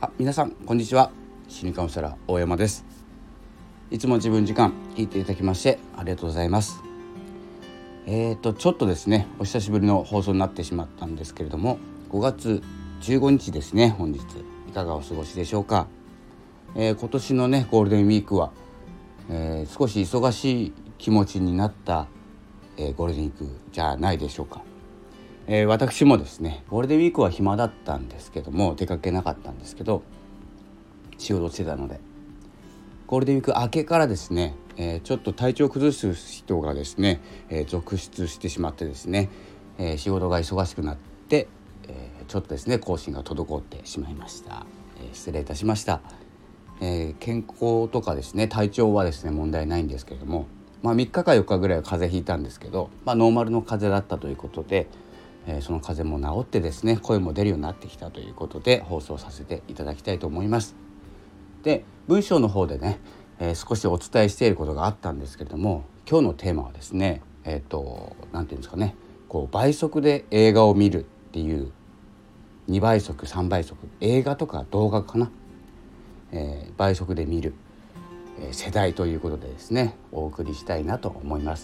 皆さんこんにちは。心理カウンセラー大山です。いつも自分時間聞いていただきましてありがとうございます。ちょっとですねお久しぶりの放送になってしまったんですけれども、5月15日ですね。本日いかがお過ごしでしょうか。今年のねゴールデンウィークは、少し忙しい気持ちになった、ゴールデンウィークじゃないでしょうか。私もですねゴールデンウィークは暇だったんですけども、出かけなかったんですけど仕事してたので、ゴールデンウィーク明けからですね、ちょっと体調を崩す人がですね、続出してしまってですね、仕事が忙しくなって、ちょっとですね更新が滞ってしまいました。失礼いたしました。健康とかですね体調はですね問題ないんですけれども、3日か4日ぐらいは風邪ひいたんですけど、ノーマルの風邪だったということで、その風邪も治ってですね声も出るようになってきたということで放送させていただきたいと思います。で、文章の方でね、少しお伝えしていることがあったんですけれども、今日のテーマはですねなんていうんですかね、倍速で映画を見るっていう、2倍速3倍速、映画とか動画かな、倍速で見る、世代ということでですねお送りしたいなと思います。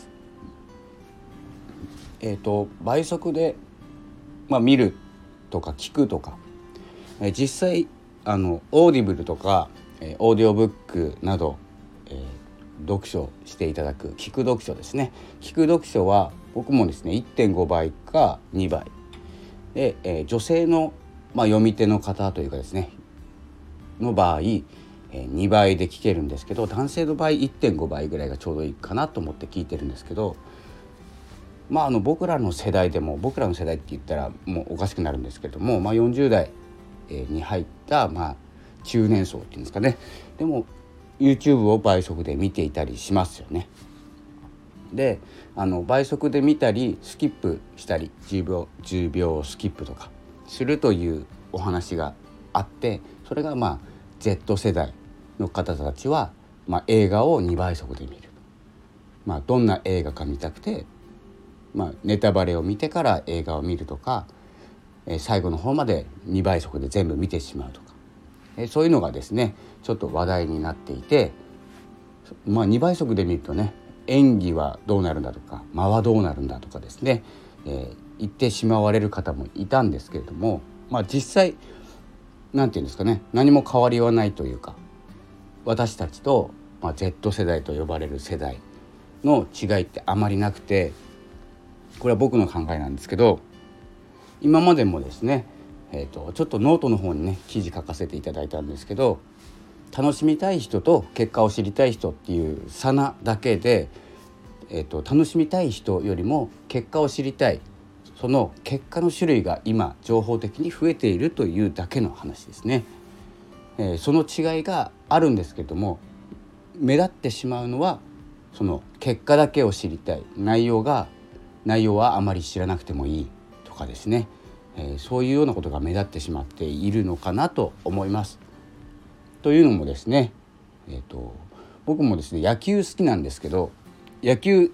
倍速で見るとか聞くとか、実際オーディブルとか、オーディオブックなど、読書していただく聞く読書ですね。聞く読書は僕もですね 1.5 倍か2倍で、女性の、読み手の方というかですねの場合、2倍で聞けるんですけど、男性の場合 1.5 倍ぐらいがちょうどいいかなと思って聞いてるんですけど、僕らの世代でも、僕らの世代って言ったらもうおかしくなるんですけども、40代に入った、中年層っていうんですかね、でも YouTube を倍速で見ていたりしますよね。で、倍速で見たりスキップしたり10秒スキップとかするというお話があって、それがZ 世代の方たちは、映画を2倍速で見る、どんな映画か見たくて、ネタバレを見てから映画を見るとか、最後の方まで2倍速で全部見てしまうとか、そういうのがですねちょっと話題になっていて、2倍速で見るとね、演技はどうなるんだとか間はどうなるんだとかですね、言ってしまわれる方もいたんですけれども、実際なんていうんですかね、何も変わりはないというか、私たちと、Z 世代と呼ばれる世代の違いってあまりなくて、これは僕の考えなんですけど、今までもですね、ちょっとノートの方にね記事書かせていただいたんですけど、楽しみたい人と結果を知りたい人っていう差なだけで、楽しみたい人よりも結果を知りたい、その結果の種類が今情報的に増えているというだけの話ですね。その違いがあるんですけれども、目立ってしまうのはその結果だけを知りたい、内容はあまり知らなくてもいいとかですね、そういうようなことが目立ってしまっているのかなと思います。というのもですね、僕もですね野球好きなんですけど、野球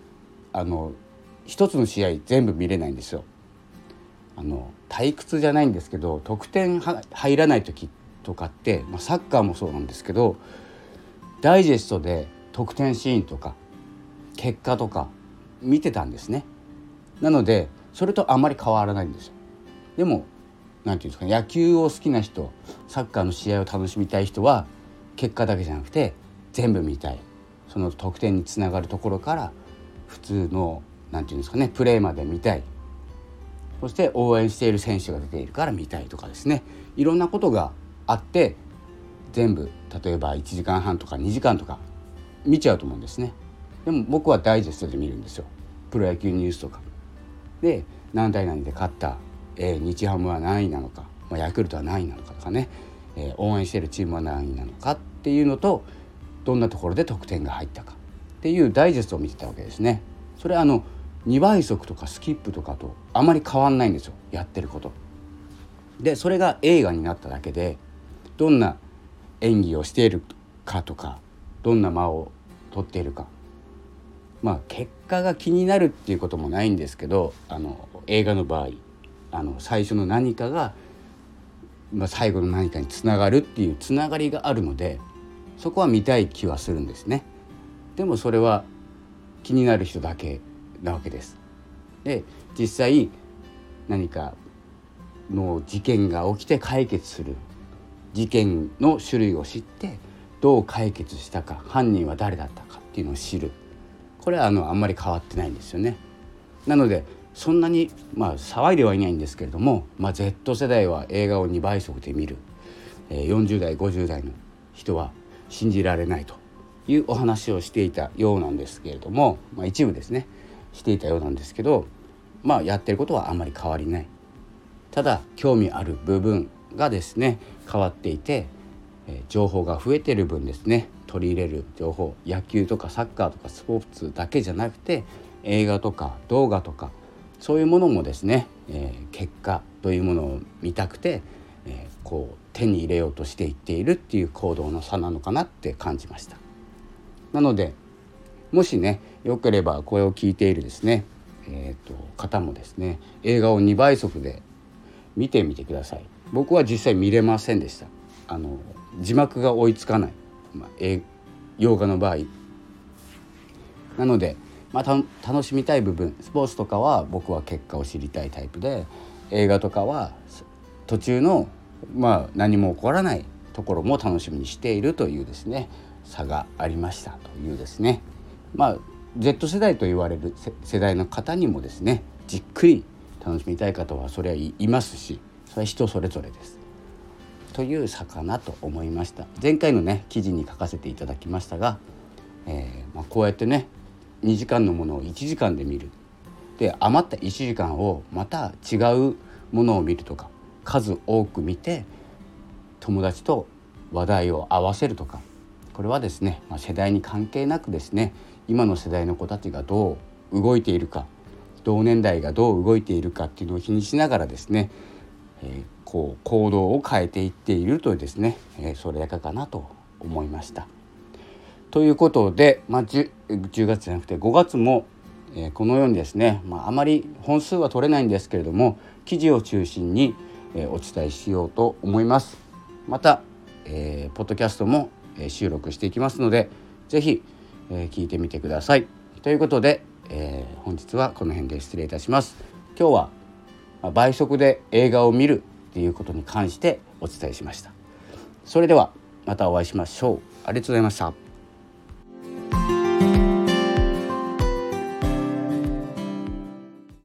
一つの試合全部見れないんですよ。退屈じゃないんですけど、得点入らない時とかって、サッカーもそうなんですけど、ダイジェストで得点シーンとか結果とか見てたんですね。なのでそれとあまり変わらないんですよ。でもなんていうんですかね、野球を好きな人、サッカーの試合を楽しみたい人は結果だけじゃなくて全部見たい、その得点につながるところから普通のなんていうんですかねプレーまで見たい、そして応援している選手が出ているから見たいとかですね、いろんなことがあって全部例えば1時間半とか2時間とか見ちゃうと思うんですね。でも僕はダイジェストで見るんですよ。プロ野球ニュースとかで何対何で勝った、日ハムは何位なのか、ヤクルトは何位なのかとかね、応援しているチームは何位なのかっていうのと、どんなところで得点が入ったかっていうダイジェストを見てたわけですね。それ2倍速とかスキップとかとあまり変わんないんですよ、やってることで。それが映画になっただけで、どんな演技をしているかとか、どんな間を取っているか、結果が気になるっていうこともないんですけど、映画の場合最初の何かが最後の何かにつながるっていうつながりがあるので、そこは見たい気はするんですね。でもそれは気になる人だけなわけです。で実際何かの事件が起きて解決する、事件の種類を知ってどう解決したか、犯人は誰だったかっていうのを知る、これはあんまり変わってないんですよね。なのでそんなに騒いではいないんですけれども、Z 世代は映画を2倍速で見る、40代50代の人は信じられないというお話をしていたようなんですけれども、一部ですねしていたようなんですけど、やってることはあんまり変わりない。ただ興味ある部分がですね変わっていて、情報が増えている分ですね、取り入れる情報、野球とかサッカーとかスポーツだけじゃなくて映画とか動画とかそういうものもですね、結果というものを見たくて、手に入れようとしていっているっていう行動の差なのかなって感じました。なのでもしねよければこれを聞いているですね、方もですね映画を2倍速で見てみてください。僕は実際見れませんでした。字幕が追いつかない、洋画の場合なので、楽しみたい部分、スポーツとかは僕は結果を知りたいタイプで、映画とかは途中の何も起こらないところも楽しみにしているというですね差がありましたというですね、Z 世代と言われる世代の方にもですねじっくり楽しみたい方はそれはいますし、それは人それぞれですという差かなと思いました。前回のね記事に書かせていただきましたが、こうやってね2時間のものを1時間で見る、で余った1時間をまた違うものを見るとか、数多く見て友達と話題を合わせるとか、これはですね、世代に関係なくですね、今の世代の子たちがどう動いているか、同年代がどう動いているかっていうのを気にしながらですね、行動を変えていっているというですね、それだけかなと思いました。ということで、10月じゃなくて5月も、このようにですね、あまり本数は取れないんですけれども記事を中心に、お伝えしようと思います。また、ポッドキャストも、収録していきますのでぜひ、聞いてみてください。ということで、本日はこの辺で失礼いたします。今日は、倍速で映画を見るということに関してお伝えしました。それではまたお会いしましょう。ありがとうございました。